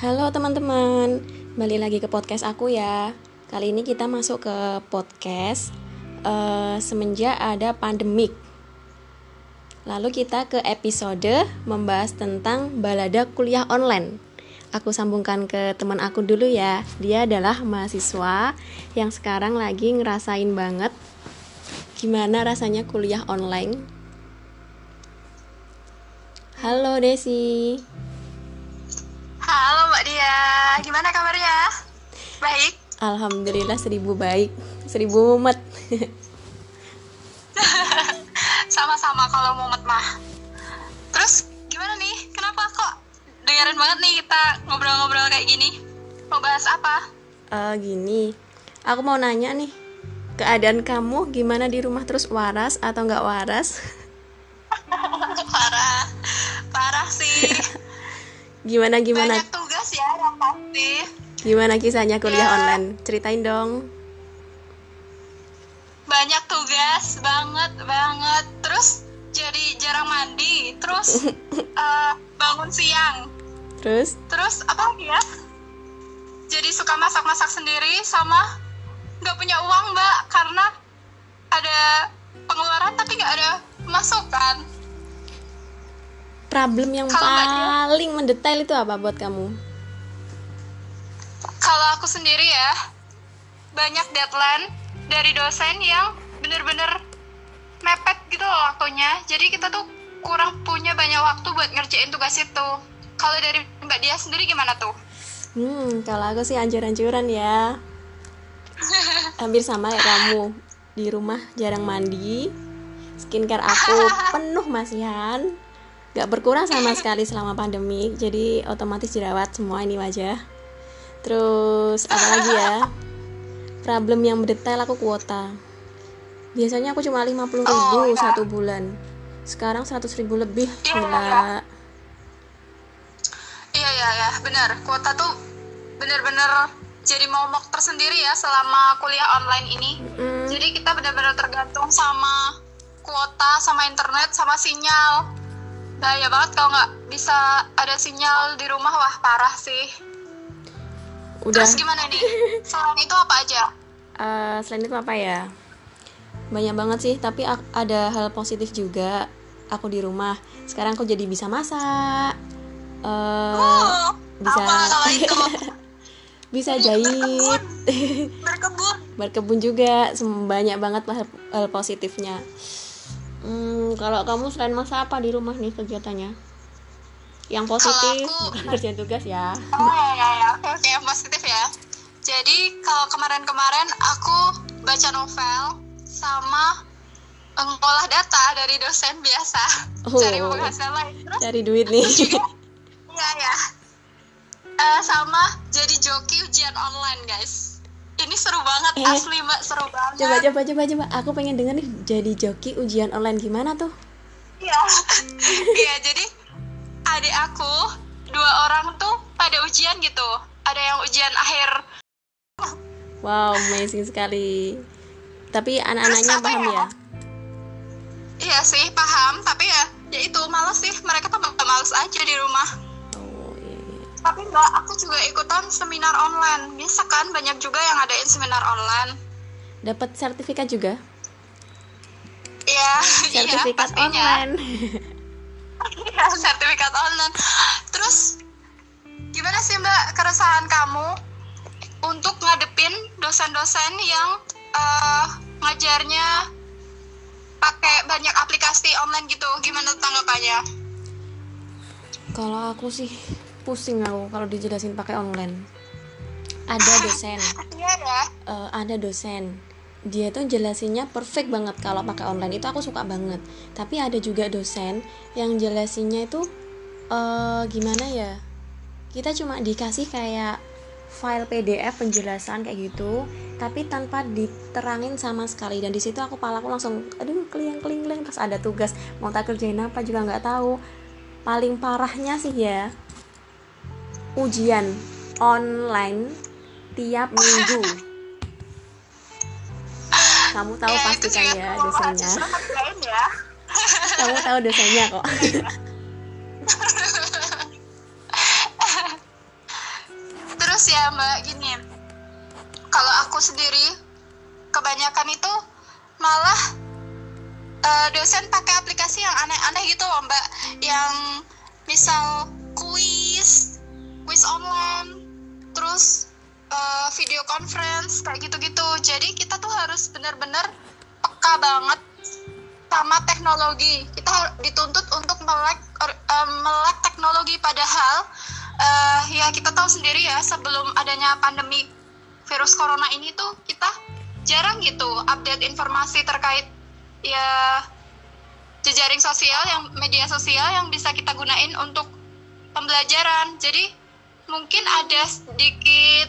Halo teman-teman, balik lagi ke podcast aku ya. Kali ini kita masuk ke podcast semenjak ada pandemik. Lalu kita ke episode membahas tentang balada kuliah online. Aku sambungkan ke teman aku dulu ya. Dia adalah mahasiswa yang sekarang lagi ngerasain banget gimana rasanya kuliah online. Halo Desi. Halo Mbak Dia, gimana kabarnya? Baik? Alhamdulillah 1000 baik, 1000 mumet. Sama-sama kalau mumet mah. Terus gimana nih? Kenapa kok dengerin banget nih kita ngobrol-ngobrol kayak gini? Mau bahas apa? Gini, aku mau nanya nih, keadaan kamu gimana di rumah, terus waras atau nggak waras? Parah sih. Gimana? Banyak tugas ya yang pasti. Gimana kisahnya kuliah Ya. online? Ceritain dong. Banyak tugas banget. Terus jadi jarang mandi. Terus bangun siang. Terus apa lagi ya? Jadi suka masak-masak sendiri sama nggak punya uang Mbak karena ada pengeluaran tapi nggak ada pemasukan. problem yang Kalau Mbak Dia? paling mendetail itu apa buat kamu? Kalau aku sendiri ya, banyak deadline dari dosen yang bener-bener mepet gitu loh waktunya. Jadi kita tuh kurang punya banyak waktu buat ngerjain tugas itu. Kalau dari Mbak Dia sendiri gimana tuh? Kalau aku sih ancur-ancuran ya. Hampir sama kayak kamu. Di rumah jarang mandi. Skincare aku penuh masihan. Gak berkurang sama sekali selama pandemi. Jadi otomatis jerawat semua ini wajah. Terus apa lagi ya? Problem yang mendetail aku kuota. Biasanya aku cuma 50.000 ya. satu bulan. Sekarang 100.000 lebih. Iya, Gila. Iya, benar. Kuota tuh bener-bener jadi momok tersendiri ya selama kuliah online ini. Jadi kita benar-benar tergantung sama kuota, sama internet, sama sinyal. Bahaya banget kalau nggak bisa ada sinyal di rumah, wah parah sih. Udah. Terus gimana nih? Selain itu apa aja? Selain itu apa ya? Banyak banget sih, tapi ada hal positif juga. Aku di rumah. Sekarang aku jadi bisa masak. Bisa Apa kalau itu? bisa jahit. Berkebun juga. Banyak banget hal positifnya. Kalau kamu selain masak apa di rumah nih kegiatannya? Yang positif, bukan kerjaan tugas ya. Oke, yang positif ya. Jadi kalau kemarin-kemarin aku baca novel sama ngolah data dari dosen biasa. Cari penghasilan. Terus Cari duit nih. Iya. Sama jadi joki ujian online guys. Ini seru banget, asli Mbak, seru banget. Coba. Aku pengen denger nih, jadi joki ujian online gimana tuh? Iya, jadi adik aku 2 orang tuh pada ujian gitu. Ada yang ujian akhir. Wow, amazing sekali. Tapi anak-anaknya paham ya? Iya sih, paham. Tapi ya itu males sih. Mereka tuh males aja di rumah. Tapi enggak, aku juga ikutan seminar online. Biasa kan banyak juga yang ngadain seminar online. Dapat sertifikat juga? Iya, Sertifikat pastinya. online. Iya, sertifikat online. Terus gimana sih Mbak keresahan kamu untuk ngadepin dosen-dosen yang ngajarnya pakai banyak aplikasi online gitu? Gimana tanggapannya? Kalau aku sih pusing aku kalau dijelasin pakai online. Ada dosen. Iya ya. Ada dosen. Dia tuh jelasinnya perfect banget kalau pakai online, itu aku suka banget. Tapi ada juga dosen yang jelasinnya itu gimana ya? Kita cuma dikasih kayak file PDF penjelasan kayak gitu, tapi tanpa diterangin sama sekali. Dan di situ palaku langsung aduh kling pas ada tugas mau tak kerjain apa juga nggak tahu. Paling parahnya sih ya, ujian online tiap minggu. Kamu tahu pasti kan ya dosennya. Kamu tahu dosennya kok. kalau aku sendiri kebanyakan itu malah dosen pakai aplikasi yang aneh-aneh gitu loh Mbak, yang misal kuis online, terus video conference kayak gitu-gitu. Jadi kita tuh harus benar-benar peka banget sama teknologi. Kita dituntut untuk melek teknologi, padahal ya kita tahu sendiri ya, sebelum adanya pandemi virus corona ini tuh kita jarang gitu update informasi terkait ya jejaring sosial, media sosial yang bisa kita gunain untuk pembelajaran. Jadi mungkin ada sedikit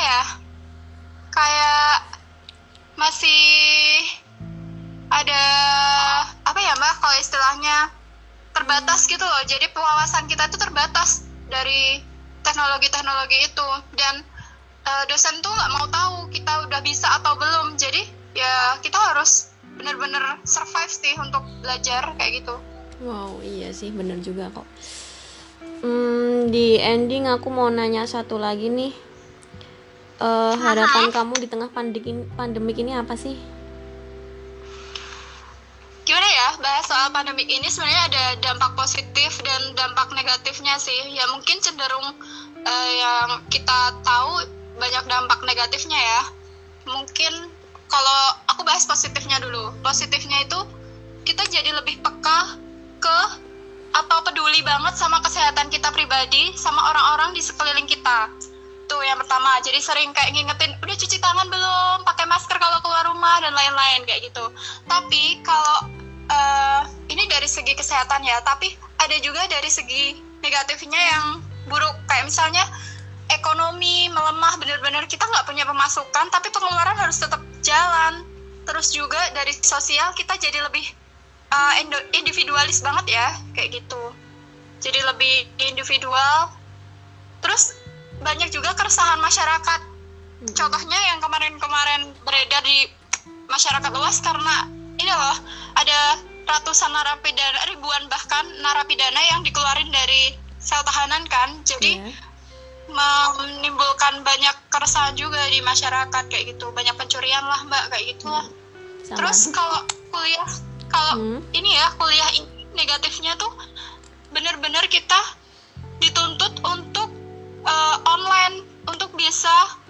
kayak masih ada Mbak, kalau istilahnya terbatas gitu loh. Jadi wawasan kita itu terbatas dari teknologi itu, dan dosen tuh nggak mau tahu kita udah bisa atau belum. Jadi ya kita harus benar-benar survive sih untuk belajar kayak gitu. Wow, iya sih, bener juga kok. Di ending aku mau nanya satu lagi nih. Harapan kamu di tengah pandemik ini apa sih? Gimana ya, bahas soal pandemik ini sebenarnya ada dampak positif dan dampak negatifnya sih. Ya mungkin cenderung yang kita tahu banyak dampak negatifnya ya. Mungkin kalau aku bahas positifnya dulu. Positifnya itu kita jadi lebih peka ke atau peduli banget sama kesehatan kita pribadi, sama orang-orang di sekeliling kita. Tuh yang pertama, jadi sering kayak ngingetin, udah cuci tangan belum, pakai masker kalau keluar rumah, dan lain-lain kayak gitu. Tapi kalau ini dari segi kesehatan ya, tapi ada juga dari segi negatifnya yang buruk. Kayak misalnya ekonomi melemah, benar-benar kita nggak punya pemasukan, tapi pengeluaran harus tetap jalan. Terus juga dari sosial kita jadi lebih individualis banget ya, kayak gitu. Jadi lebih individual. Terus banyak juga keresahan masyarakat. Contohnya yang kemarin-kemarin beredar di masyarakat luas, karena ini loh, ada ratusan narapidana, ribuan bahkan narapidana yang dikeluarin dari sel tahanan kan. Jadi menimbulkan banyak keresahan juga di masyarakat kayak gitu. Banyak pencurian lah Mbak, kayak gitulah. Terus kalau kuliah kuliah ini negatifnya tuh benar-benar kita dituntut untuk online, untuk bisa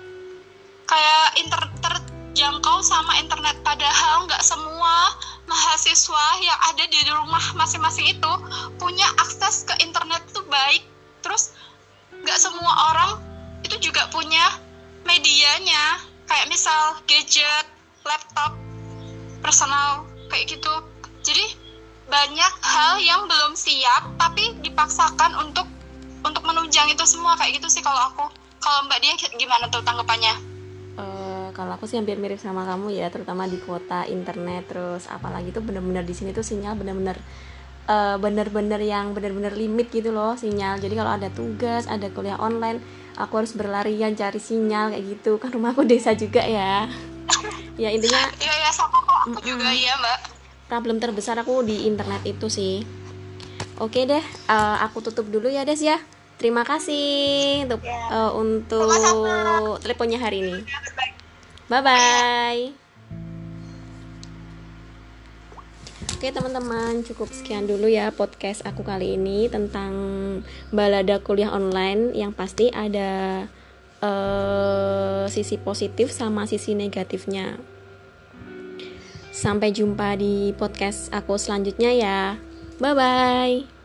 kayak terjangkau sama internet. Padahal nggak semua mahasiswa yang ada di rumah masing-masing itu punya akses ke internet tuh baik. Terus nggak semua orang itu juga punya medianya, kayak misal gadget, laptop, personal, kayak gitu. Jadi banyak hal yang belum siap tapi dipaksakan untuk menunjang itu semua, kayak gitu sih kalau aku. Kalau Mbak Dia gimana tuh tanggapannya? Kalau aku sih hampir mirip sama kamu ya, terutama di kuota internet. Terus apalagi tuh benar-benar di sini tuh sinyal benar-benar yang benar-benar limit gitu loh sinyal. Jadi kalau ada tugas, ada kuliah online, aku harus berlarian cari sinyal kayak gitu. Kan rumahku desa juga ya. Ya intinya iya sama kok aku juga ya Mbak. Problem terbesar aku di internet itu sih. Oke deh, aku tutup dulu ya Des ya. Terima kasih untuk teleponnya hari ini. Bye bye. Oke teman-teman, cukup sekian dulu ya podcast aku kali ini tentang balada kuliah online. Yang pasti ada sisi positif sama sisi negatifnya. Sampai jumpa di podcast aku selanjutnya ya. Bye bye.